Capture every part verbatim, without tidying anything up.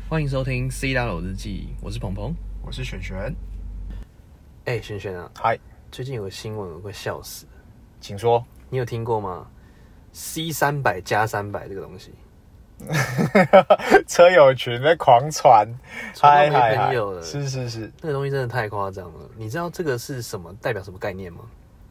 欢迎收听《C 大佬日记》，我是鹏鹏， 我是璇璇。 哎、欸，璇璇啊， 嗨， 最近有个新闻，我快笑死。 请说。 你有听过吗 ？C 三百加三百这个东西， 车友群在狂传， 传到没朋友了。 是是是， 那个东西真的太夸张了。你知道这个是什么，代表什么概念吗？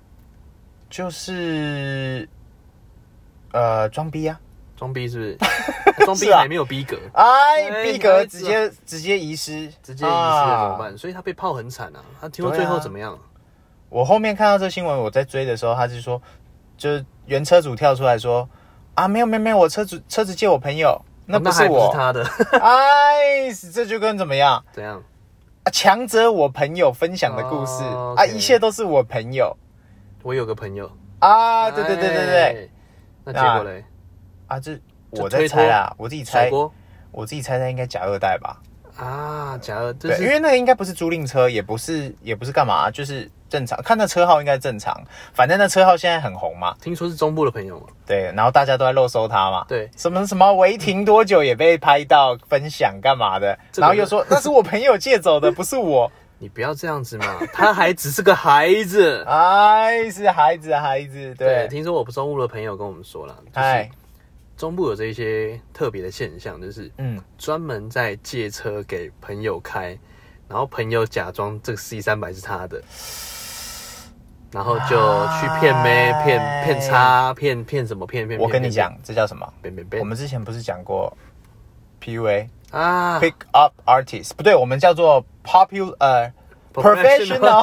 就是呃装逼啊。 装逼是不是？装逼还没有逼格， 哎，逼格直接直接遗失， 直接遗失了怎么办？所以他被泡很惨啊！他听说最后怎么样、啊？ 我后面看到这新闻，我在追的时候，他是说，就是原车主跳出来说啊，没有没有没有，我车主车子借我朋友，那不是我， 哦、那还不是他的。 哎，这就跟怎么样？ 怎样？ 啊，强者我朋友分享的故事、哦 okay、啊，一切都是我朋友。 我有个朋友啊，对对对对对， 那结果嘞？ 啊，这我在猜啦，我自己猜，我自己猜猜应该假二代吧？ 啊，假二， 对，因为那个应该不是租赁车，也不是也不是干嘛，就是正常，看那车号应该正常，反正那车号现在很红嘛。 听说是中部的朋友嘛？ 对，然后大家都在漏搜他嘛。 对， 什么什么违停多久也被拍到分享干嘛的，然后又说那是我朋友借走的，不是我。 你不要这样子嘛，他还只是个孩子， 哎，是孩子孩子， 对, 对。听说我中部的朋友跟我们说了，就是中部有这一些特别的现象，就是嗯，专门在借车给朋友开，然后朋友假装这个 C 三百是他的，然后就去骗妹、骗骗叉、骗骗什么骗骗。 我跟你讲，这叫什么？ 骗骗骗。 我们之前不是讲过 P U A 啊 ，Pick Up Artist， 不对，我们叫做 Popular 呃 Professional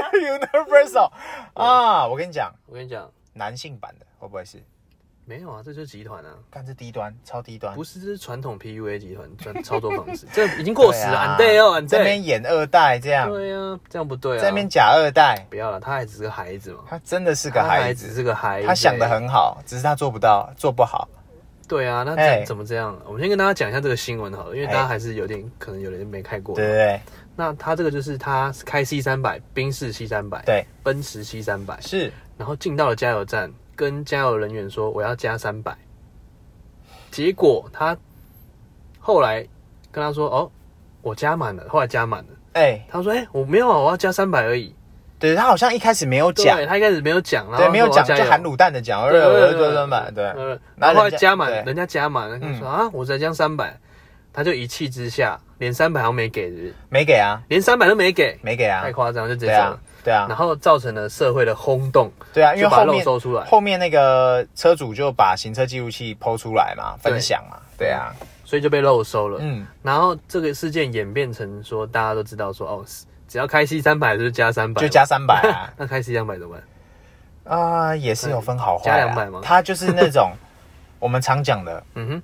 Universal 啊。我跟你讲， 我跟你讲， 男性版的会不会是？ 没有啊，这就是集团啊， 干这低端，超低端， 不是，这是传统 P U A 集团操作方式，这已经过时了。俺对哦，俺这边演二代这样， 对啊，这样不对啊， 这边假二代， 不要了，他还只是个孩子嘛， 他真的是个孩子， 他只是个孩子， 他想得很好，只是他做不到，做不好。 对啊，那这怎么这样？我们先跟大家讲一下这个新闻好了，因为大家还是有点可能有人没看过。 对对对。 那他这个就是他开 C 三百，宾士 C 三百， 对， 奔驰 C 三百是， 然后进到了加油站，跟加油人员说我要加三百，结果他后来跟他说哦，我加满了，后来加满了，哎、欸，他说哎、欸、我没有啊，我要加三百而已。 对，他好像一开始没有讲， 对，他一开始没有讲， 对，没有讲，就含卤蛋的讲，对对对对对对， 然后后来加满，人家加满，他说啊，我才加三百，他就一气之下，连三百好像没给的， 没给啊， 连三百都没给， 没给啊， 太夸张，就直接这样， 对啊， 然后造成了社会的轰动， 对啊，因为后面收出来， 后面那个车主就把行车记录器po出来嘛，分享嘛，对啊， 所以就被漏收了， 嗯， 然后这个事件演变成说，大家都知道说哦。只要开 C 三百就加三百， 就加三百啊。 那开 C 两百怎么办？啊、呃，也是有分好坏、啊。 加两百吗？ 它就是那种我们常讲的， 嗯哼，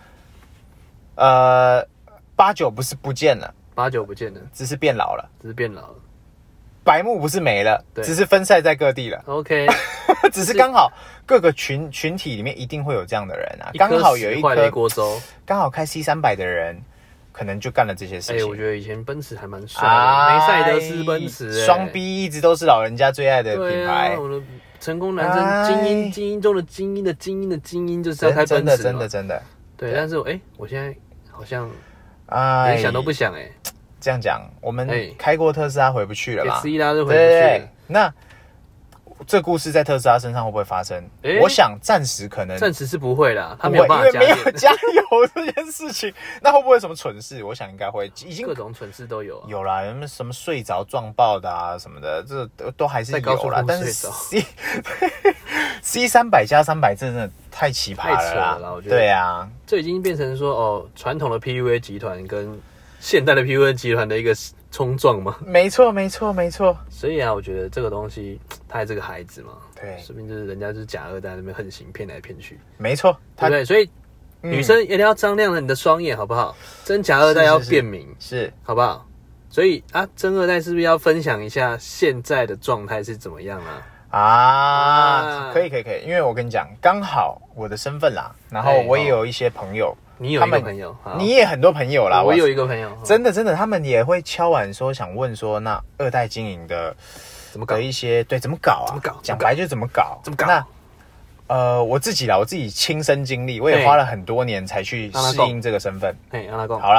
呃，八九不是不见了， 八九不见了， 只是变老了， 只是变老了。 白目不是没了，只是分散在各地了。 OK， 只是刚好各个群群体里面一定会有这样的人啊，刚好有一颗锅粥， 刚好开 C 三百的人。可能就干了这些事情。 哎、欸，我觉得以前奔驰还蛮帅的，梅、哎、赛德斯奔驰、欸， 双 B 一直都是老人家最爱的品牌。 啊、我的成功男生，精英，精英中的精英的精英的精英，就是要开奔驰。 真的，真的，真的。 对，但是哎、欸，我现在好像连想都不想哎、欸。 这样讲，我们开过特斯拉回不去了嘛 ？S 一拉就回不去了。对对对， 那。这故事在特斯拉身上会不会发生？欸、我想暂时可能， 暂时是不会啦，他没有办法因为没有加油这件事情。那会不会有什么蠢事？我想应该会，已经各种蠢事都有、啊， 有啦，什么什么睡着撞爆的啊什么的，这都都还是有啦。但是 C C 三百加三百真的太奇葩了啦， 太扯了啦，我觉得。 对啊， 这已经变成说哦，传统的 P U A 集团跟现代的 P U A 集团的一个冲撞嘛。 没错，没错，没错。 所以啊，我觉得这个东西。他还是个孩子嘛， 对， 说不定就是人家就是假二代那边横行骗来骗去， 没错， 对不对？所以、嗯、女生一定要张亮了你的双眼，好不好？真假二代要辨明， 是, 是, 是好不好？所以啊，真二代是不是要分享一下现在的状态是怎么样啊？ 啊，啊可以可以可以，因为我跟你讲，刚好我的身份啦，然后我也有一些朋友。 你有一个朋友， 你也很多朋友啦。 我有一个朋友， 真的真的，他们也会敲碗说想问说，那二代经营的。 怎么搞的一些对怎么搞啊？ 怎么搞？ 讲白就怎么搞？ 怎么搞？ 那呃，我自己啦，我自己亲身经历，我也花了很多年才去适应这个身份。 哎，阿拉贡， 好啦，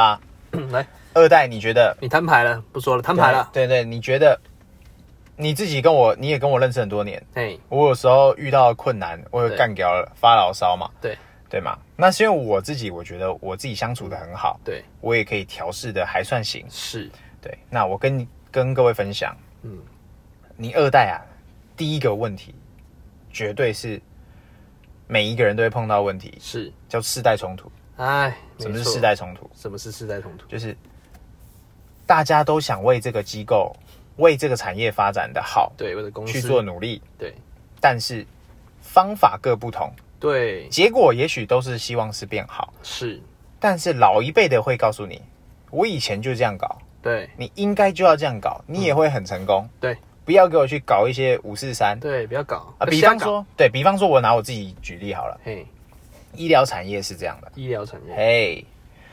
来， 二代你觉得？ 你摊牌了，不说了，摊牌了。 对 对, 对，你觉得你自己跟我，你也跟我认识很多年， 哎， 我有时候遇到困难，我有干掉了发牢骚嘛， 对对嘛？那是因为我自己，我觉得我自己相处的很好， 对， 我也可以调试的还算行， 是， 对。那我跟跟各位分享，嗯，你二代啊，第一个问题绝对是每一个人都会碰到问题， 是叫世代冲突。 哎， 什么是世代冲突？ 什么是世代冲突？ 就是大家都想为这个机构、为这个产业发展的好， 对，为了公司去做努力， 对， 但是方法各不同， 对， 结果也许都是希望是变好， 是， 但是老一辈的会告诉你，我以前就这样搞， 对， 你应该就要这样搞，你也会很成功， 嗯、对， 不要给我去搞一些五四三， 对，不要搞啊，比方说，对比方说，我拿我自己举例好了， 嘿。 医疗产业是这样的， 医疗产业， 嘿，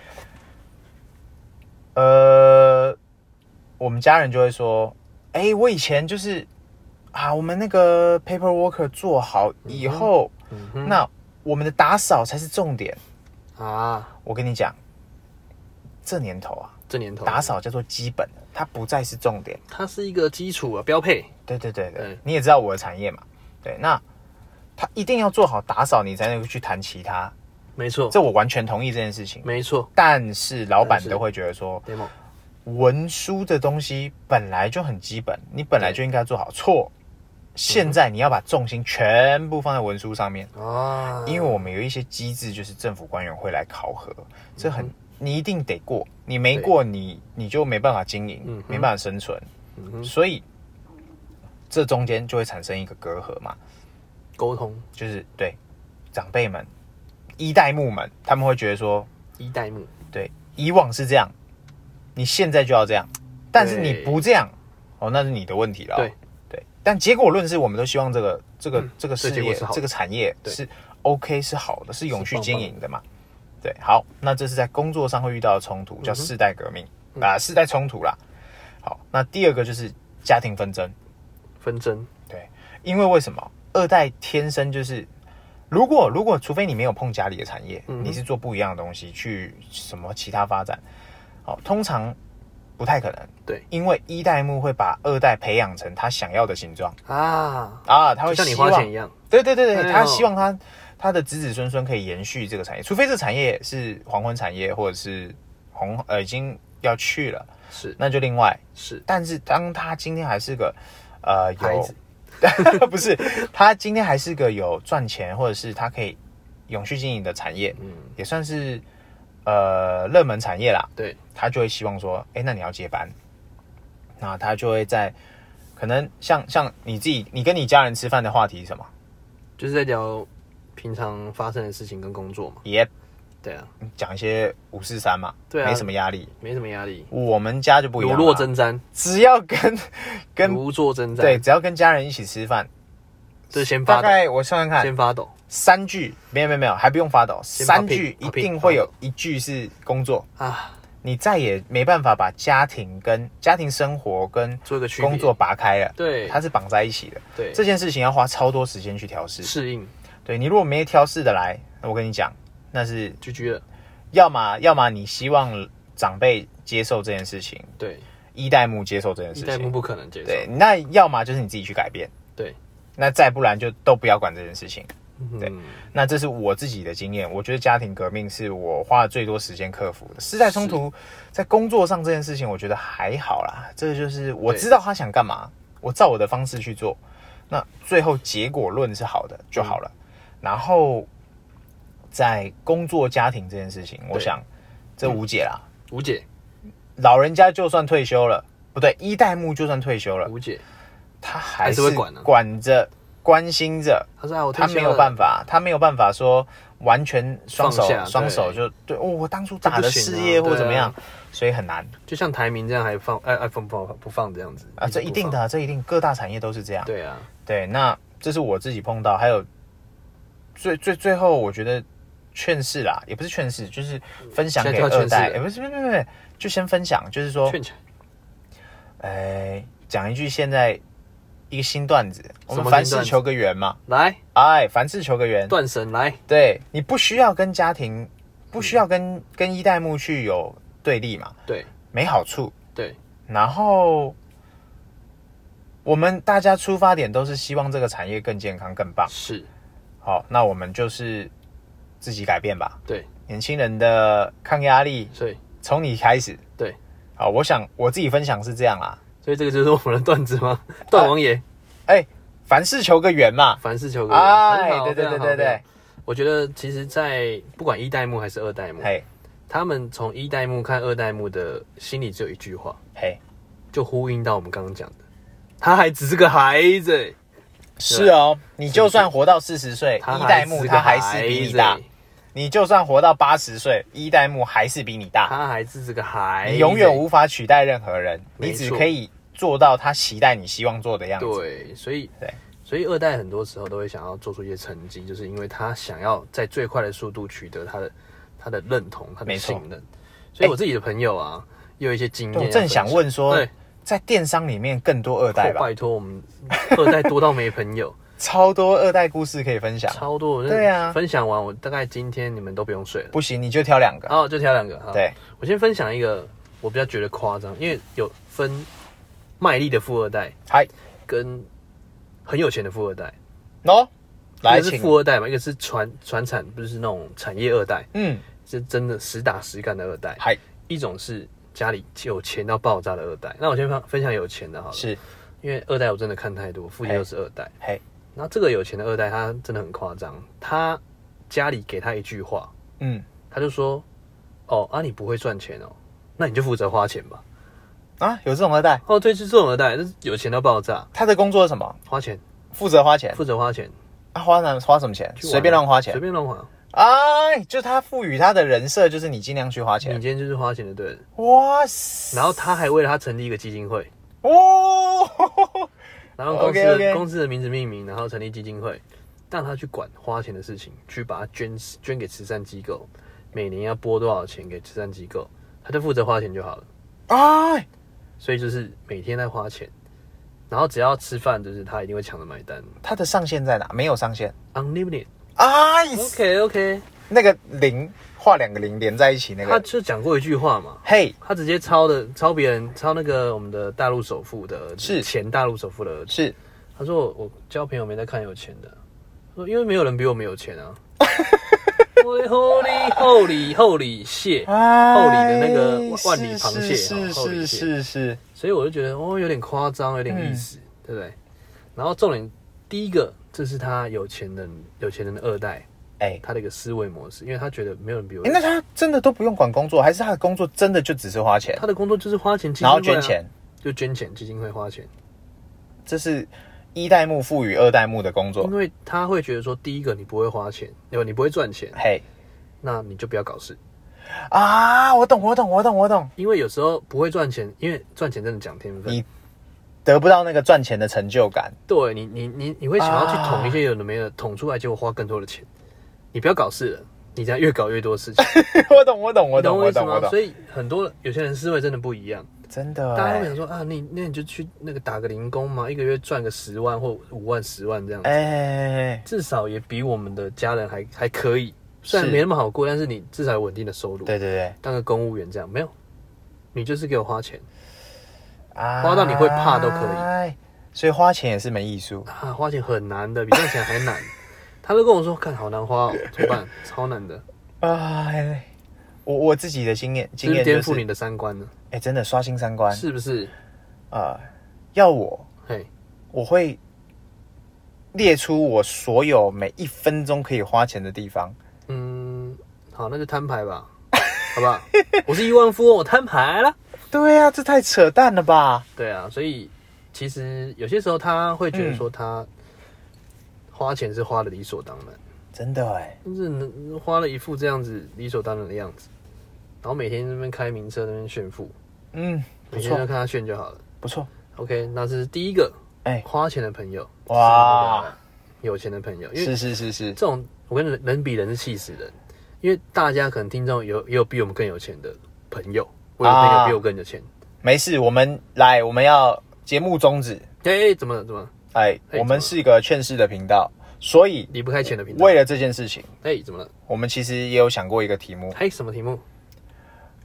呃，我们家人就会说，哎、欸，我以前就是啊，我们那个 paperwork 做好以后，嗯嗯、那我们的打扫才是重点啊。我跟你讲，这年头啊， 这年头打扫叫做基本，它不再是重点， 它是一个基础啊，标配。 对对对 对, 对，你也知道我的产业嘛，对，那。他一定要做好打扫，你才能去谈其他。 没错， 这我完全同意这件事情。 没错， 但是老板都会觉得说，文书的东西本来就很基本，你本来就应该做好。错，现在你要把重心全部放在文书上面啊，因为我们有一些机制，就是政府官员会来考核，这很、嗯、你一定得过，你没过你你就没办法经营，嗯、没办法生存，嗯、所以这中间就会产生一个隔阂嘛。 沟通就是对长辈们、一代目们，他们会觉得说， 一代目对以往是这样，你现在就要这样，但是你不这样，哦，那是你的问题了、哦。 对对，但结果论是我们都希望这个这个、嗯、这个事业、这, 这个产业是 OK 是好的，是永续经营的嘛。对，好，那这是在工作上会遇到的冲突，叫世代革命、嗯、啊，世代冲突啦。好，那第二个就是家庭纷争， 纷争， 对，因为为什么？二代天生就是，如果如果除非你没有碰家里的产业，嗯、你是做不一样的东西去什么其他发展，哦，通常不太可能。 对， 因为一代目会把二代培养成他想要的形状啊啊，他会像你花钱一样。 对对对对，他希望他他的子子孙孙可以延续这个产业，除非这产业是黄昏产业或者是红呃已经要去了， 是那就另外是。 但是当他今天还是个呃有。不是，他今天还是个有赚钱，或者是他可以永续经营的产业，嗯，也算是呃热门产业啦。 对， 他就会希望说，哎、欸，那你要接班，那他就会在可能像像你自己，你跟你家人吃饭的话题是什么？ 就是在聊平常发生的事情跟工作嘛。 Yep， 对啊， 讲一些五四三嘛， 对啊， 没什么压力， 没什么压力。 我们家就不一样， 如坐针毡， 只要跟跟如坐针毡， 对，只要跟家人一起吃饭， 就先发抖。 大概我算算看， 先发抖三句，没有没有没有，还不用发抖，三句一定会有一句是工作啊。你再也没办法把家庭跟家庭生活跟工作拔开了， 对， 它是绑在一起的。 对， 这件事情要花超多时间去调试适应。 对，你如果没调试的来，我跟你讲，那是 G G 了。 要么要么你希望长辈接受这件事情， 对， 一代目接受这件事情， 一代目不可能接受。 对，那要么就是你自己去改变， 对， 那再不然就都不要管这件事情。 嗯、 对，那这是我自己的经验，我觉得家庭革命是我花了最多时间克服的。世代冲突在工作上这件事情，我觉得还好啦，这就是我知道他想干嘛，我照我的方式去做，那最后结果论是好的就好了。嗯、然后在工作家庭这件事情，我想这无解啦， 无解。 老人家就算退休了，不对，一代目就算退休了， 无解， 他还是会管呢，管着。关心着， 他说、啊、我他没有办法，他没有办法说完全双手双手就对哦，我当初打的事业或怎么样，啊、所以很难。 就像台民这样还放哎哎放不不放这样子啊，这一定的，这一定各大产业都是这样。 对啊， 对，那这是我自己碰到，还有最最最后我觉得劝世啦，也不是劝世，就是分享给二代，哎，不是不是不是，就先分享，就是说， 劝起来，哎，讲一句现在。一个新段子，我们凡事求个圆嘛， 来， 哎，凡事求个圆， 断神来， 对，你不需要跟家庭，不需要跟、嗯、跟一代目去有对立嘛， 对， 没好处， 对。 然后我们大家出发点都是希望这个产业更健康、更棒。 是， 好，那我们就是自己改变吧。 对， 年轻人的抗压力， 对， 从你开始。 对， 好，我想我自己分享是这样啦。 所以这个就是我们的段子吗？段王爷， 哎、欸，凡事求个圆嘛， 凡事求个圆。 哎，对对对对对。 我觉得其实，在不管一代目还是二代目，嘿，他们从一代目看二代目的心里只有一句话，嘿，就呼应到我们刚刚讲的，他还只是个孩子。 是哦，你就算活到四十岁，一代目他还是比你大；你就算活到八十岁，一代目还是比你大。 他还是个孩子， 你永远无法取代任何人，你只可以做到他期待你希望做的样子。 对，所以对。所以二代很多时候都会想要做出一些成绩，就是因为他想要在最快的速度取得他的他的认同、他的信任。所以我自己的朋友啊，也有一些经验。 我正想问说，在电商里面更多二代吧？ 拜托，我们二代多到没朋友， 超多二代故事可以分享， 超多。 对啊， 分享完我大概今天你们都不用睡了。 不行，你就挑两个。 哦，就挑两个。 对， 我先分享一个我比较觉得夸张，因为有分卖力的富二代， 嗨， 跟很有钱的富二代。 喏、哦，来， 一个是富二代嘛，一个是传传产，不是那种产业二代，嗯，是真的实打实干的二代。嗨，一种是家里有钱到爆炸的二代。那我先分享有钱的好了，是因为二代我真的看太多，父亲又是二代。嘿，那这个有钱的二代他真的很夸张，他家里给他一句话，嗯，他就说，哦啊你不会赚钱哦，那你就负责花钱吧。 啊，有这种二代？ 哦，对，是这种二代，就是有钱到爆炸。 他的工作是什么？ 花钱。 负责花钱， 负责花钱啊，花哪花什么钱？随便乱花钱， 随便乱花。 哎，就他赋予他的人设，就是你尽量去花钱， 你今天就是花钱的对人。 哇塞！ 然后他还为了他成立一个基金会， 哦， 然后公司的 okay, okay. 公司的名字命名，然后成立基金会，让他去管花钱的事情，去把它捐捐给慈善机构，每年要拨多少钱给慈善机构，他就负责花钱就好了。哎，所以就是每天在花钱。然后只要吃饭，就是他一定会抢着买单。 他的上限在哪？没有上限 ，unlimited。 啊 ，OK OK。 那个零画两个零连在一起，那个他就讲过一句话嘛，嘿， hey, 他直接抄的抄别人，抄那个我们的大陆首富的，是前大陆首富的儿子。是，他说我我交朋友没在看有钱的，说因为没有人比我们有钱啊。Holy Holy Holy 蟹，厚里的那个万里螃蟹， 是是是是， 所以我就觉得哦，有点夸张，有点意思，嗯、对不对？然后重点第一个，这是他有钱人有钱人的二代，哎、欸，他的一个思维模式，因为他觉得没有人比我有钱、欸。那他真的都不用管工作，还是他的工作真的就只是花钱？ 他的工作就是花钱，基金会、啊、 然后捐钱， 就捐钱，基金会花钱， 这是。一代目赋予二代目的工作， 因为他会觉得说，第一个你不会花钱，对吧？你不会赚钱，嘿，那你就不要搞事啊！我懂，我懂，我懂，我懂。 因为有时候不会赚钱，因为赚钱真的讲天分， 你得不到那个赚钱的成就感。 对你，你你你会想要去捅一些有的没的，捅出来结果花更多的钱，你不要搞事了，你这样越搞越多事情。 我懂，我懂，我懂，我懂，我懂。 所以很多有些人思维真的不一样。 真的、欸， 大家会想说啊，你那你就去那个打个零工嘛，一个月赚个十万或五万、十万这样子，哎、欸，至少也比我们的家人还还可以。虽然没那么好过，但是你至少有稳定的收入。 对对对， 当个公务员这样没有，你就是给我花钱，啊、花到你会怕都可以。 所以花钱也是门艺术啊，花钱很难的，比赚钱还难。他都跟我说，看好难花、哦，怎么办？超难的。 哎，我我自己的经验经验颠覆你的三观呢。 哎、欸，真的刷新三观， 是不是？ 啊、呃，要我，嘿，我会列出我所有每一分钟可以花钱的地方。 嗯，好，那就摊牌吧，好不好？我是亿万富翁，我摊牌了。 对啊，这太扯淡了吧？ 对啊，所以其实有些时候他会觉得说他花钱是花的理所当然， 真的哎， 就是花了一副这样子理所当然的样子。然后每天在那边开名车，那边炫富，嗯，每天就看他炫就好了， 不错。 OK， 那这是第一个，哎、欸，花钱的朋友， 哇， 有钱的朋友，因为是是是是， 这种我跟人人比人是气死人，因为大家可能听众有也有比我们更有钱的朋友，我有朋友比我更有钱、啊， 没事，我们来，我们要节目宗旨， 哎、欸，怎么怎么， 哎、欸，我们是一个劝世的频道。所以离不开钱的频道。 为了这件事情， 哎、欸，怎么了？ 我们其实也有想过一个题目， 哎、欸，什么题目？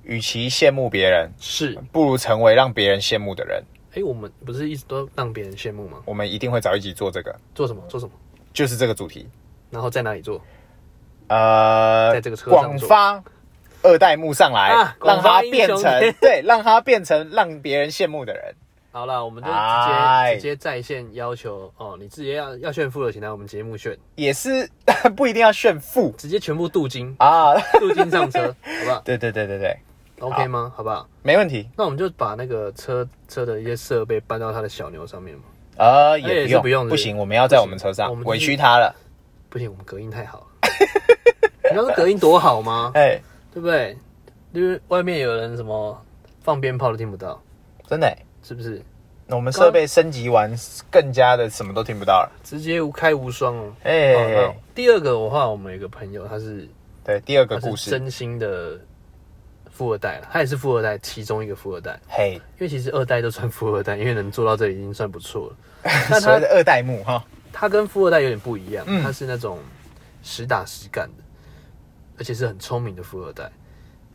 与其羡慕别人， 是不如成为让别人羡慕的人。 哎、欸，我们不是一直都让别人羡慕吗？ 我们一定会找一集做这个。 做什么？做什么？ 就是这个主题。 然后在哪里做？ 呃， 在这个车上广发二代目上来，啊、让他变成对，让他变成让别人羡慕的人。 好了，我们就直接、哎、直接在线要求哦，你直接要要炫富了，请来我们节目炫。 也是不一定要炫富， 直接全部镀金啊，镀金上车，好不好？ 对对对对对。 OK 吗？好不好？ 没问题。 那我们就把那个车车的一些设备搬到他的小牛上面嘛。 呃，也不用， 不用是不是， 不行，我们要在我们车上，委屈他了。 不行，我们隔音太好了。你知道隔音多好吗？哎、欸，对不对？因为外面有人什么放鞭炮都听不到， 真的、欸， 是不是？ 那我们设备升级完，更加的什么都听不到了， 直接无开无双哦。 哎、欸哦， 第二个的话，我们有一个朋友，他是对第二个故事， 真心的。富二代了，他也是富二代，其中一个富二代。 嘿、hey ， 因为其实二代都算富二代，因为能做到这里已经算不错了。 但他的二代目哈， 他跟富二代有点不一样，嗯、他是那种实打实干的，而且是很聪明的富二代。 嘿、hey ，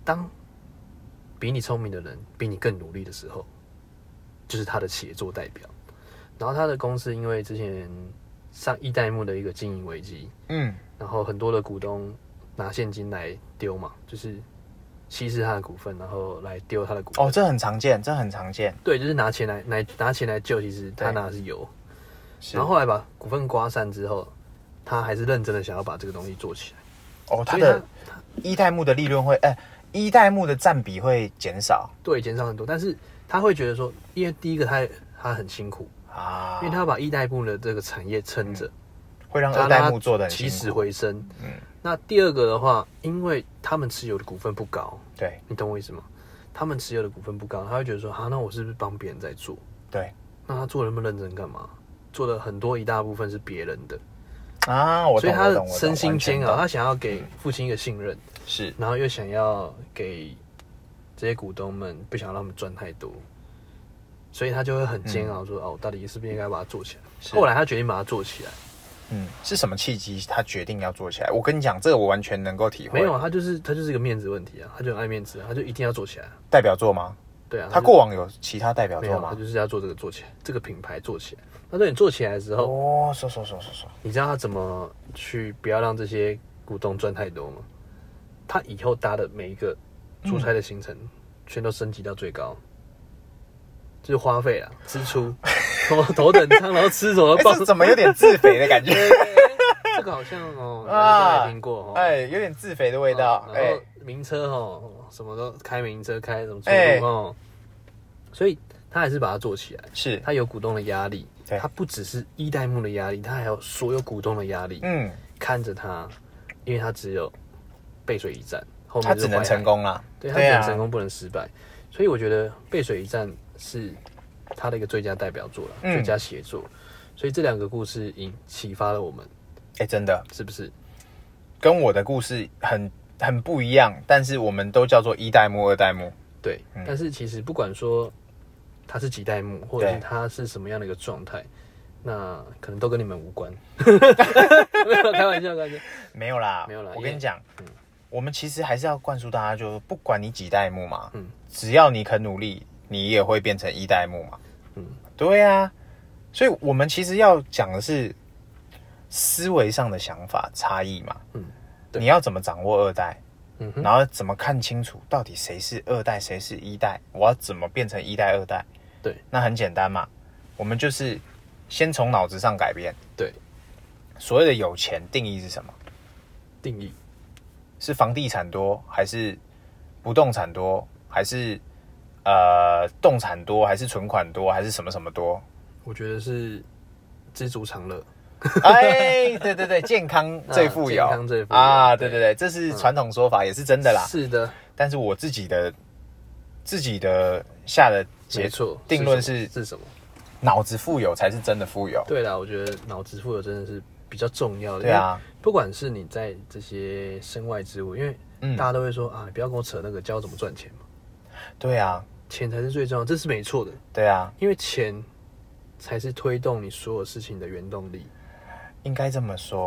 当比你聪明的人比你更努力的时候，就是他的协作代表。然后他的公司因为之前上一代目的一个经营危机，嗯，然后很多的股东拿现金来丢嘛，就是稀释他的股份，然后来丢他的股份。 哦，这很常见，这很常见。 对，就是拿钱来来拿钱来救，其实他拿的是油。然后后来把股份刮散之后，他还是认真的想要把这个东西做起来。 哦，他的一代目的利润会，哎、欸，一代目的占比会减少。 对，减少很多。但是他会觉得说，因为第一个他他很辛苦啊，因为他要把一代目的这个产业撑着。嗯， 会让二代目做的起死回生。嗯，那第二个的话，因为他们持有的股份不高， 对， 你懂我意思吗？他们持有的股份不高，他会觉得说，好、啊，那我是不是帮别人在做？ 对， 那他做那么认真干嘛？做的很多一大部分是别人的啊，我懂， 所以他身心煎熬，他想要给父亲一个信任， 是、嗯， 然后又想要给这些股东们，不想让他们赚太多，所以他就会很煎熬说，说、嗯、哦，到底是不是应该把它做起来？后来他决定把它做起来。 嗯，是什么契机？他决定要做起来？我跟你讲，这个我完全能够体会。 没有，他就是他就是一个面子问题啊，他就很爱面子、啊，他就一定要做起来。 代表作吗？ 对啊， 他, 他过往有其他代表作吗？ 他就是要做这个做起来，这个品牌做起来。那等你做起来的时候， 哦，说说说说说， 你知道他怎么去不要让这些股东赚太多吗？他以后搭的每一个出差的行程，嗯、全都升级到最高，就是花费啊，支出。头头等舱，然后吃什么？ 欸、这怎么有点自肥的感觉？ 對對對這個好像哦，大家沒聽過哦。 哎，有點自肥的味道。 然後名車哦，什麼都開名車，開什麼出入哦。所以他還是把它做起來。 是， 他有股東的壓力，他不只是一代目的壓力，他還有所有股東的壓力。嗯，看着他，因為他只有背水一戰，後面他只能成功啦。 對，他只能成功，不能失敗。所以我覺得背水一戰是他的一個最佳代表作了，嗯、最佳寫作，所以這兩個故事引啟發了我們。 哎、欸，真的是不是？ 跟我的故事很很不一樣，但是我們都叫做一代目、二代目。 對、嗯，但是其實不管說他是幾代目，或者是他是什麼樣的一個狀態，那可能都跟你們無關。沒有開玩笑，開玩笑， 沒有啦， 沒有啦。 我跟你講、嗯，我們其實還是要灌輸大家，就不管你幾代目嘛，嗯，只要你肯努力，你也會變成一代目嘛。嗯，對啊，所以我們其實要講的是思維上的想法差異嘛。嗯，你要怎麼掌握二代？嗯，然後怎麼看清楚到底誰是二代，誰是一代？我要怎麼變成一代、二代？ 對， 那很簡單嘛，我們就是先從腦子上改變。 對， 所謂的有錢定義是什麼？ 定義是房地產多，還是不動產多，還是呃動產多，還是存款多，還是什麼什麼多？ 我覺得是知足常樂。 哎，對對對，健康最富有， 啊、健康最富有啊！對對對，這是傳統說法、嗯，也是真的啦。 是的， 但是我自己的自己的下的結論定論是是什麼？ 腦子富有才是真的富有。 對啦，我覺得腦子富有真的是比較重要的。 對啊， 不管是你在這些身外之物，因為大家都會說、嗯、啊，你不要跟我扯那個教怎麼賺錢嘛。 對啊， 錢才是最重要，這是沒錯的。 對啊， 因為錢才是推動你所有事情的原動力。 應該這麼說，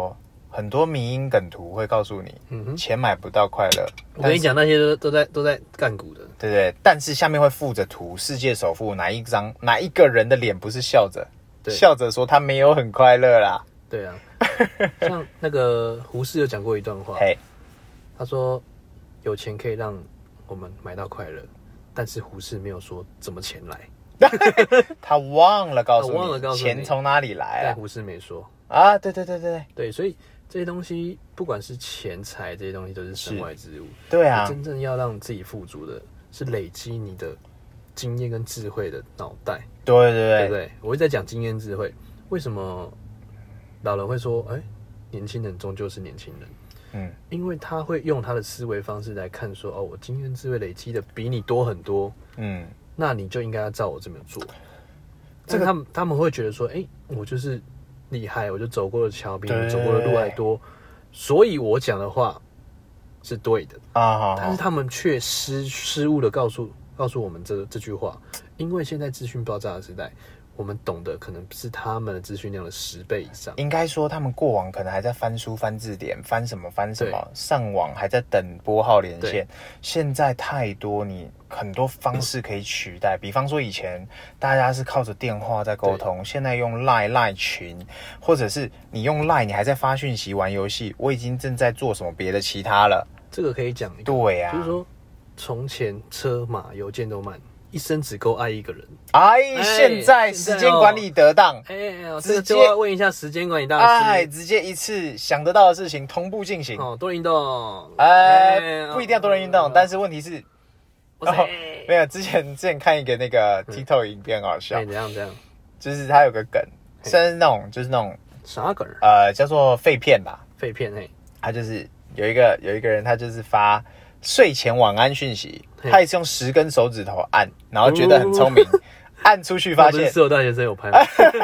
很多迷因梗图会告诉你，嗯、钱买不到快乐。 我跟你讲，那些都都在都在干股的， 对不对？但是下面会附着图，世界首富哪一张哪一个人的脸不是笑着，笑着说他没有很快乐啦。 对啊，像那个胡适有讲过一段话，他说有钱可以让我们买到快乐，但是胡适没有说怎么钱来。 他忘了告诉你， 忘了告诉你钱从哪里来啊？ 但胡适没说啊。对对对对对，所以这些东西，不管是钱财这些东西，都是身外之物。 对啊， 真正要让自己富足的，是累积你的经验跟智慧的脑袋。 对对对， 对不对？我一直在讲经验智慧，为什么老人会说，哎，年轻人终究是年轻人？嗯，因为他会用他的思维方式来看说，哦，我经验智慧累积的比你多很多。嗯。那你就应该要照我这么做。这个他们他们会觉得说，哎、欸，我就是厉害，我就走过的桥比你走过的路还多，所以我讲的话是对的啊。但是他们却失失误的告诉告诉我们这这句话，因为现在资讯爆炸的时代，我们懂得可能是他们的资讯量的十倍以上。 应该说，他们过往可能还在翻书、翻字典、翻什么翻什么，上网还在等拨号连线。现在太多，你很多方式可以取代。比方说，以前大家是靠着电话在沟通，现在用 Line Line 群，或者是你用 Line， 你还在发讯息、玩游戏，我已经正在做什么别的其他了。 这个可以讲一个， 对啊， 就是说，从前车马邮件都慢。一生只够爱一个人。 哎，现在时间管理得当， 哎，直接要问一下时间管理大师。 哎，直接一次想得到的事情同步进行。 哦，多人运动。 哎，不一定要多人运动，但是问题是，哦，没有。之前之前看一个那个 TikTok 影片，好笑。 哎，怎样怎样？ 就是他有个梗，虽然是那种就是那种啥梗？ 呃，叫做废片吧。 废片，嘿， 他就是有一个有一个人，他就是发睡前晚安讯息。他也是用十根手指头按，然后觉得很聪明，按出去发现， 是有大学生有拍吗？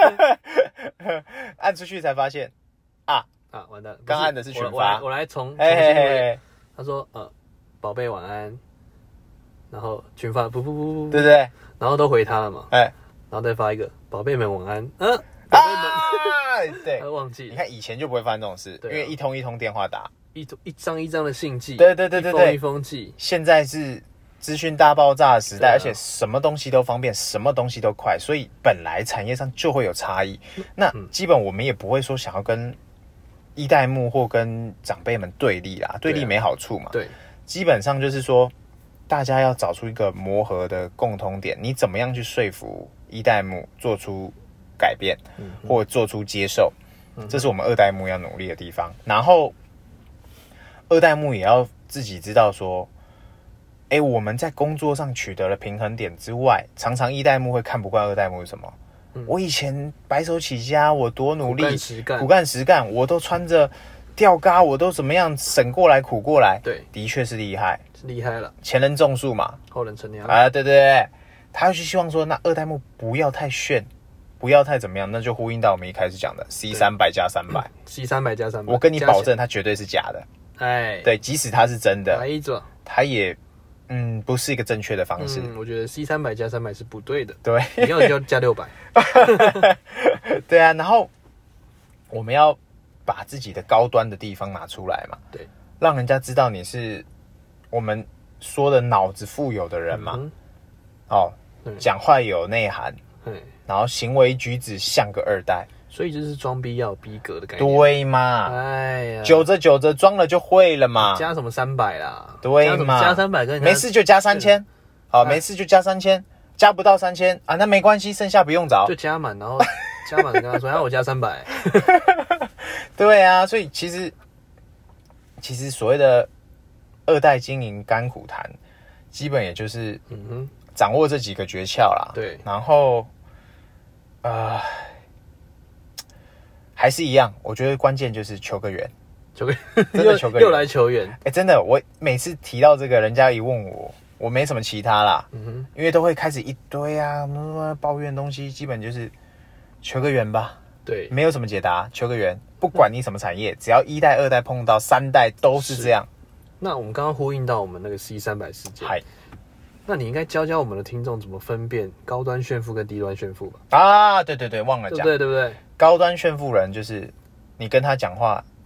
按出去才发现，啊啊，完蛋了！ 刚按的是群发， 我来重重新回。他说呃，宝贝晚安，然后群发不不不不， 对不对？ 然后都回他了嘛，哎，然后再发一个宝贝们晚安，嗯，宝贝们， 对， 他忘记。 你看以前就不会发生这种事，因为一通一通电话打， 一一张一张的信寄， 对对对对对， 一封一封寄。 现在是资讯大爆炸的时代，而且什么东西都方便，什么东西都快，所以本来产业上就会有差异。那基本我们也不会说想要跟一代目或跟长辈们对立啦，对立没好处嘛。 对， 基本上就是说，大家要找出一个磨合的共通点，你怎么样去说服一代目做出改变，嗯、或做出接受，嗯、这是我们二代目要努力的地方。然后，二代目也要自己知道说。哎，我们在工作上取得了平衡点之外，常常一代目会看不惯二代目是什么？嗯、我以前白手起家，我多努力， 苦干实干， 苦干实干，我都穿着吊嘎，我都怎么样省过来苦过来？ 对， 的确是厉害， 是厉害了。 前人种树嘛， 后人乘凉啊，对对对，他就希望说，那二代目不要太炫，不要太怎么样，那就呼应到我们一开始讲的 C 三百加三百 ，C 三百加三百， 我跟你保证，它绝对是假的。哎，对，即使它是真的，它也。嗯，不是一个正确的方式。 嗯，我觉得 C 三百加三百是不对的。 对， 你要就加六百。 对啊，然后我们要把自己的高端的地方拿出来嘛， 对， 让人家知道你是我们说的脑子富有的人嘛。嗯、哦，讲话有内涵，然后行为举止像个二代。 所以就是装逼要有逼格的概念， 对嘛？哎呀，久着久着装了就会了嘛。 加什么三百啦？ 对嘛？ 加三百跟没事就加三千，好，没事就加三千，加不到三千啊，那没关系，剩下不用找， 就加满，然后加满跟他说，让我加三百。 对啊，所以其实其实所谓的二代经营甘苦谈，基本也就是嗯哼掌握这几个诀窍啦。 对， 然后呃。还是一样，我觉得关键就是求个缘， 求个真的求个缘， 又来求缘。 哎、欸，真的，我每次提到这个，人家一问我，我没什么其他啦，嗯哼，因为都会开始一堆啊，抱怨的东西，基本就是求个缘吧。 对， 没有什么解答，求个缘，不管你什么产业，只要一代、二代碰到三代都是这样。 那我们刚刚呼应到我们那个 C 三百事件，那你应该教教我们的听众怎么分辨高端炫富跟低端炫富吧？ 啊，对对对，忘了讲， 对不对？对不对？ 高端炫富人就是你跟他讲话，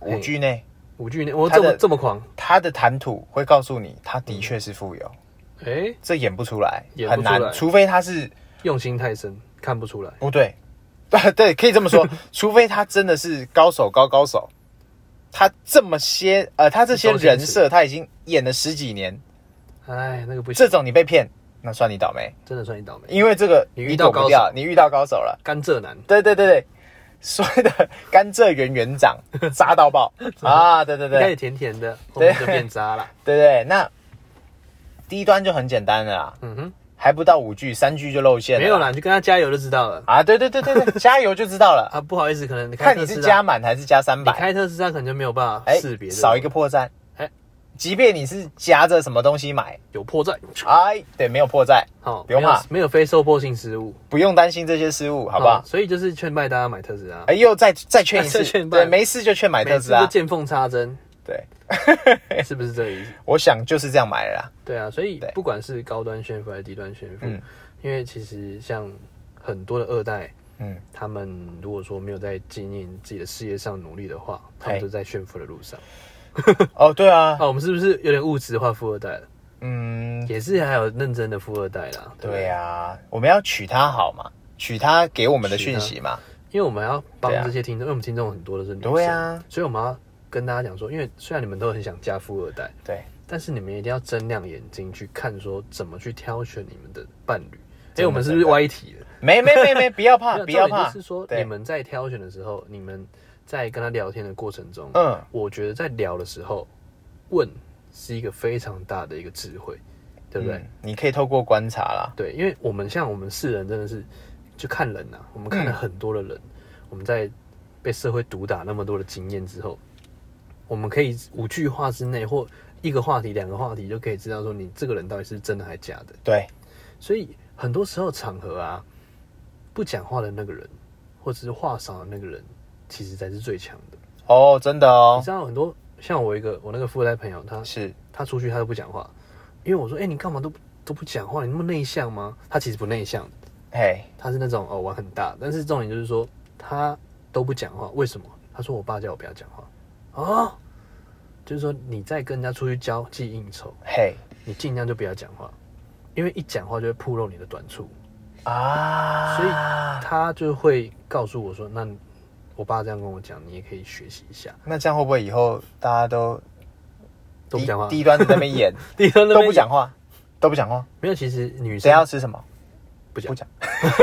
五句内， 五句内，我这么这么狂， 他的谈吐会告诉你，他的确是富有。哎、嗯，这演不出来， 演不出来很难，除非他是用心太深，看不出来。 不对，对，可以这么说，除非他真的是高手高高手，他这么些呃，他这些人设他已经演了十几年， 哎，那个不行， 这种你被骗。那算你倒霉， 真的算你倒霉， 因为这个你遇到高手， 你遇到高手了， 甘蔗男， 对对对对，所谓的甘蔗园园长渣到爆啊，对对对， 开始甜甜的，后面就变渣了， 对对，那低端就很简单了啦，嗯哼，还不到五句，三句就露馅了， 没有啦，你就跟他加油就知道了啊，对对对对对，加油就知道了啊，不好意思，可能你看你是加满还是加三百， 你开特斯拉可能就没有办法识别， 少一个破绽。即便你是夹着什么东西买， 有破绽， 哎，对，没有破绽， 好， 不用怕， 没有非受迫性失误， 不用担心这些失误，好不好？ 所以就是劝败大家买特斯拉， 哎，又再再劝一次，对，没事就劝买特斯拉， 见缝插针， 对， 是不是这个意思？ 我想就是这样买了啦。 对啊，所以不管是高端炫富还是低端炫富，嗯，因为其实像很多的二代，嗯，他们如果说没有在经营自己的事业上努力的话，他们都在炫富的路上。 哦，对啊， 啊，我们是不是有点物质化富二代了？嗯，也是还有认真的富二代啦。 对, 对啊，我们要取他好嘛，取他给我们的讯息嘛， 因为我们要帮这些听众，啊、因为我们听众很多都是女生， 对啊， 所以我们要跟大家讲说，因为虽然你们都很想嫁富二代， 对， 但是你们一定要睁亮眼睛去看，说怎么去挑选你们的伴侣。哎、欸，我们是不是歪题了？ 没没没没，不要怕，不要怕。 就是说，你们在挑选的时候，你们在跟他聊天的过程中，嗯，我觉得在聊的时候，问是一个非常大的一个智慧，对不对？嗯、 你可以透过观察啦， 对，因为我们像我们世人真的是就看人呐、啊，我们看了很多的人，嗯、我们在被社会毒打那么多的经验之后，我们可以五句话之内或一个话题、两个话题就可以知道说你这个人到底是真的还是假的。 对， 所以很多时候场合啊，不讲话的那个人，或者是话少的那个人。其实才是最强的哦，真的哦。 你知道很多像我一个我那个富二代朋友，他是他出去他都不讲话，因为我说，哎、欸，你干嘛都都不讲话？你那么内向吗？他其实不内向，嘿，他是那种哦玩很大，但是重点就是说他都不讲话，为什么？他说我爸叫我不要讲话啊，就是说你在跟人家出去交际应酬，嘿，你尽量就不要讲话，因为一讲话就会暴露你的短处啊，所以他就会告诉我说，那。我爸这样跟我讲，你也可以学习一下。 那这样会不会以后大家都都不讲话？ 低端在那边演， 低端都不讲话，都不讲话。 没有，其实女生谁要吃什么？ 不讲不讲。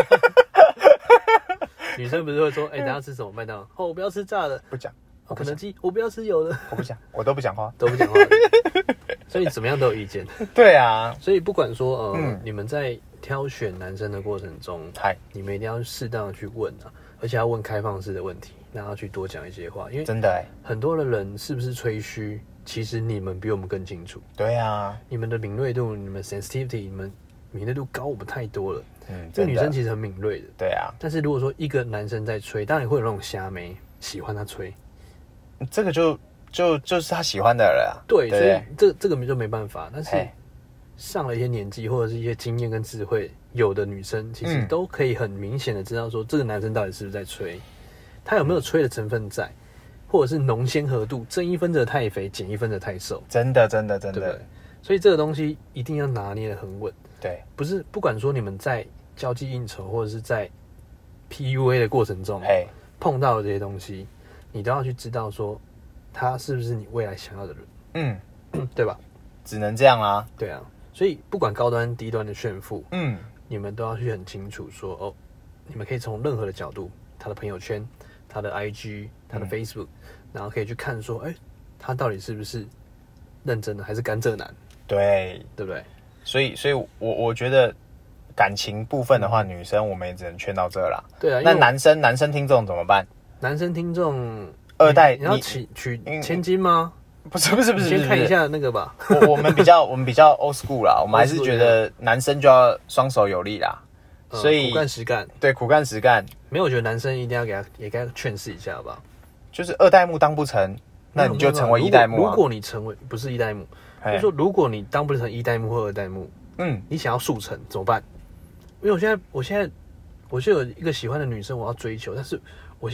女生不是会说，哎、欸，等下吃什么？麦当劳？哦，我不要吃炸的。 不讲。 哦，肯德基，我不要吃油的。 我不讲，我都不讲话， 都不讲话。所以怎么样都有意见。 对啊。 所以不管说呃，嗯、你们在挑选男生的过程中，嗨，你们一定要适当的去问啊。而且要问开放式的问题，让他去多讲一些话，因为真的哎， 很多的人是不是吹嘘，其实你们比我们更清楚。 对啊， 你们的敏锐度、你们 sensitivity、你们敏锐度高我们太多了。嗯，这个女生其实很敏锐的。 对啊， 但是如果说一个男生在吹，当然会有那种瞎妹喜欢他吹， 这个就就就是他喜欢的人啊。 对，对所以这这个就没办法。但是上了一些年纪或者是一些经验跟智慧。有的女生其实都可以很明显的知道说，这个男生到底是不是在吹，他有没有吹的成分在，或者是浓鲜合度，增一分者太肥，减一分者太瘦。 真的，真的，真的，对不对？ 所以这个东西一定要拿捏的很稳。 对， 不是不管说你们在交际应酬或者是在 P U A 的过程中，哎，碰到的这些东西，你都要去知道说，他是不是你未来想要的人，嗯，对吧？ 只能这样啦。 对啊，所以不管高端低端的炫富，嗯。你们都要去很清楚说哦，你们可以从任何的角度，他的朋友圈、他的 I G、他的 Facebook，、嗯、然后可以去看说，哎、欸，他到底是不是认真的，还是甘蔗男？ 对， 对不对？ 所以，所以我我觉得感情部分的话，嗯、女生我们也只能劝到这啦。 对啊， 那男生男生听众怎么办？ 男生听众二代， 你要取取千金吗？ 不是不是不是， 先看一下那个吧。 我我们比较我们比较 old school 啦，我们还是觉得男生就要双手有力啦， 嗯、所以苦干实干。 对，苦干实干。 没有，我觉得男生一定要给他也该劝示一下，好不好？ 就是二代目当不成，那你就成为一代目、啊。 如果你成为不是一代目，就是说如果你当不成一代目或二代目，嗯，你想要速成怎么办？因为我现在我现在我是有一个喜欢的女生，我要追求，但是我现在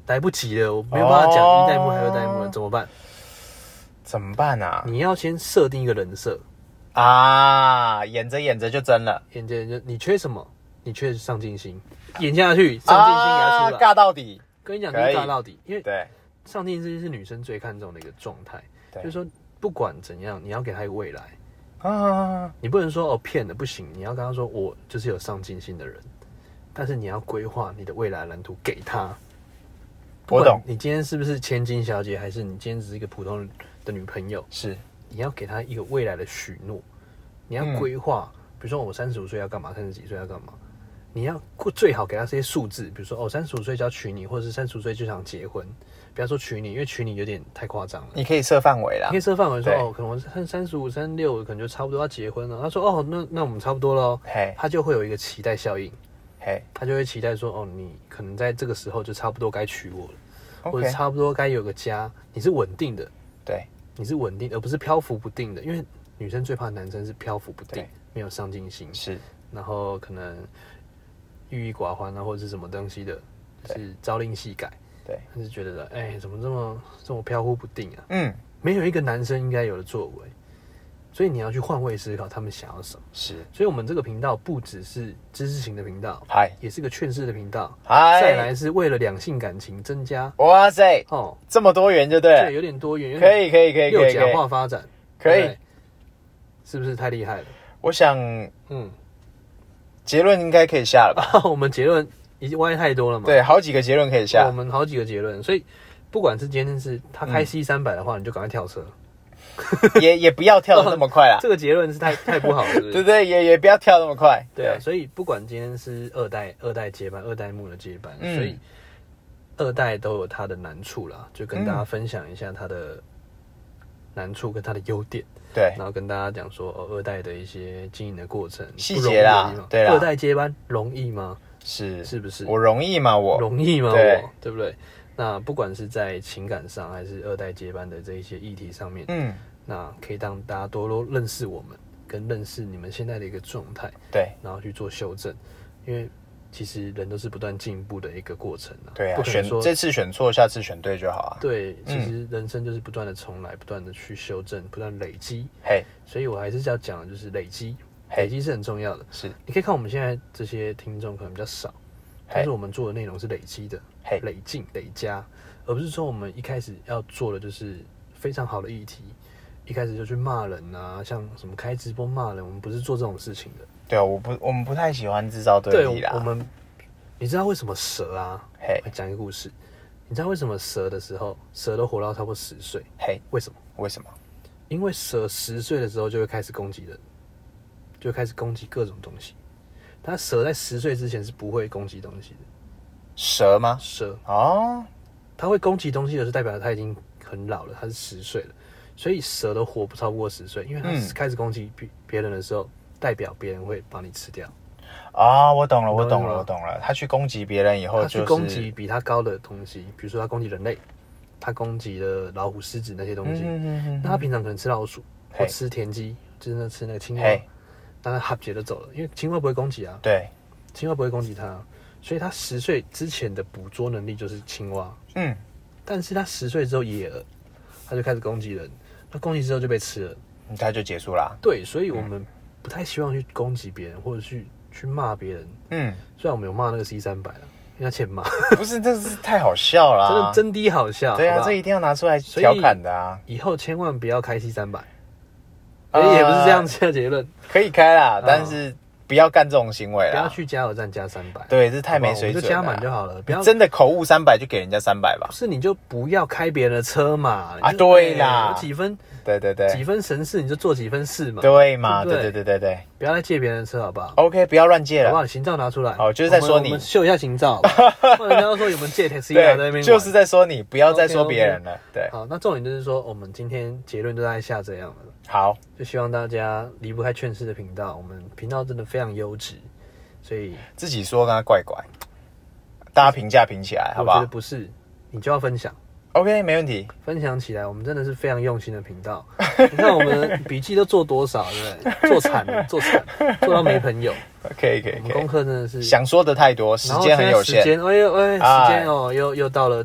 来不及了，我没有办法讲一代目还有二代目了，怎么办？ 怎么办啊？ 你要先设定一个人设啊，演着演着就真了， 演着演着，你缺什么？你缺上进心，演下去，上进心给他出来， 尬到底。 跟你讲，就是尬到底，因为对上进心是女生最看重的一个状态，就是说不管怎样，你要给她一个未来啊，你不能说哦骗的不行，你要跟她说我就是有上进心的人，但是你要规划你的未来蓝图给她。 我懂， 你今天是不是千金小姐，还是你今天只是一个普通的女朋友？ 是， 你要给她一个未来的许诺，你要规划，嗯、比如说我三十五岁要干嘛，三十几岁要干嘛。你要最好给他这些数字，比如说哦，三十五岁就要娶你，或者是三十五岁就想结婚。不要说娶你，因为娶你有点太夸张了。 你可以设范围啦， 你可以设范围说哦，可能三三十五、三十六，可能就差不多要结婚了。他说哦，那那我们差不多咯。嘿，他就会有一个期待效应。嘿，他就会期待说哦，你可能在这个时候就差不多该娶我了， okay. 或者差不多该有个家。你是稳定的， 对， 你是稳定，而不是漂浮不定的。因为女生最怕男生是漂浮不定，没有上进心， 是， 然后可能。郁郁寡欢啊，或者是什么东西的，是朝令夕改，对，他是觉得哎、欸，怎么这么这么飘忽不定啊？嗯，没有一个男生应该有的作为，所以你要去换位思考，他们想要什么？是，所以我们这个频道不只是知识型的频道，嗨，也是个劝世的频道，嗨，再来是为了两性感情增加， 哇塞，哦，这么多元就对了， 对，有点多元， 可以可以可以， 六甲化发展， 可以， 是不是太厉害了？ 我想，嗯。结论应该可以下了吧？ 我们结论已经歪太多了嘛？ 对，好几个结论可以下。 我们好几个结论，所以不管是今天是他开 C 三百的话，嗯、你就赶快跳车， 也也不要跳得那么快啦。 这个结论是太太不好了，是不是？ 对对，也也不要跳那么快。 对啊，所以不管今天是二代二代接班，二代目的接班，嗯、所以二代都有它的难处啦，就跟大家分享一下它的难处跟它的优点。对，然后跟大家讲说，哦，二代的一些经营的过程细节啦，对啦， 二代接班容易吗？ 是， 是不是？ 我容易吗？我容易吗？对，我对不对？那不管是在情感上，还是二代接班的这一些议题上面，嗯，那可以让大家多多认识我们，跟认识你们现在的一个状态，对，然后去做修正，因为。其实人都是不断进步的一个过程啊， 对啊，选这次选错，下次选对就好啊。 对，其实人生就是不断的重来，不断的去修正，不断累积。嘿，所以我还是要讲的就是累积，累积是很重要的。是，你可以看我们现在这些听众可能比较少，但是我们做的内容是累积的，累进累加，而不是说我们一开始要做的就是非常好的议题，一开始就去骂人啊，像什么开直播骂人，我们不是做这种事情的。 对啊，我不，我们不太喜欢制造对立啦。 我们，你知道为什么蛇啊？嘿，讲一个故事。你知道为什么蛇的时候，蛇都活到差不多十岁？嘿，为什么？ 为什么？ 因为蛇十岁的时候就会开始攻击人，就会开始攻击各种东西。它蛇在十岁之前是不会攻击东西的。 蛇吗？ 蛇哦，它会攻击东西的是代表它已经很老了，它是十岁了，所以蛇都活不超过十岁，因为它开始攻击别别人的时候。代表别人会把你吃掉啊！我懂了，我懂了，我懂了。他去攻击别人以后， 他去攻击比他高的东西，比如说他攻击人类，他攻击了老虎、狮子那些东西。那他平常可能吃老鼠或吃田鸡，就是那吃那个青蛙，那他哈结就走了，因为青蛙不会攻击啊。对，青蛙不会攻击他，所以他十岁之前的捕捉能力就是青蛙。嗯，但是他十岁之后野了，他就开始攻击人，那攻击之后就被吃了， 他就结束啦。 对，所以我们。不太希望去攻击别人，或者去去骂别人。嗯，虽然我们有骂那个 C 三百了，因为他欠骂。 不是，这是太好笑了， 真的真的好笑。 对啊，好好这一定要拿出来调侃的啊！ 以后千万不要开 C 三百，所以也不是这样子的结论。 可以开啦，但是不要干这种行为啦。 不要去加油站加三百。 对，这太没水准了。 就加满就好了，不要真的口误三百就给人家三百吧。 不是，你就不要开别人的车嘛。 啊，对啦， 有几分。 对对对， 几分神事你就做几分事嘛， 对嘛，对对对对对， 不要再借别人的车好不好 ？OK， 不要乱借了， 好不好？行照拿出来， 哦，就是在说你， 我们秀一下行照，不然人家说有没有借 taxi 在那边， 就是在说你，不要再说别人了。对， 好，那重点就是说，我们今天结论都在下这样了。 好， 就希望大家离不开劝世的频道，我们频道真的非常优质，所以自己说跟他怪怪，大家评价评起来，好不好？ 我觉得不是，你就要分享。 OK， 没问题。 分享起来，我们真的是非常用心的频道。你看我们笔记都做多少，对不对？做惨了，做惨，做到没朋友。 可以可以， 我们功课真的是想说的太多，时间很有限。 时间，哎呦哎，时间哦，又又到了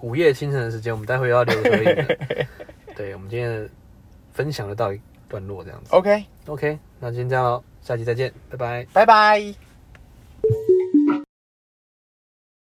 午夜清晨的时间，我们待会要留合影了。对，我们今天的分享就到一段落这样子。 OK OK， 那先这样咯，下期再见，拜拜， 拜拜。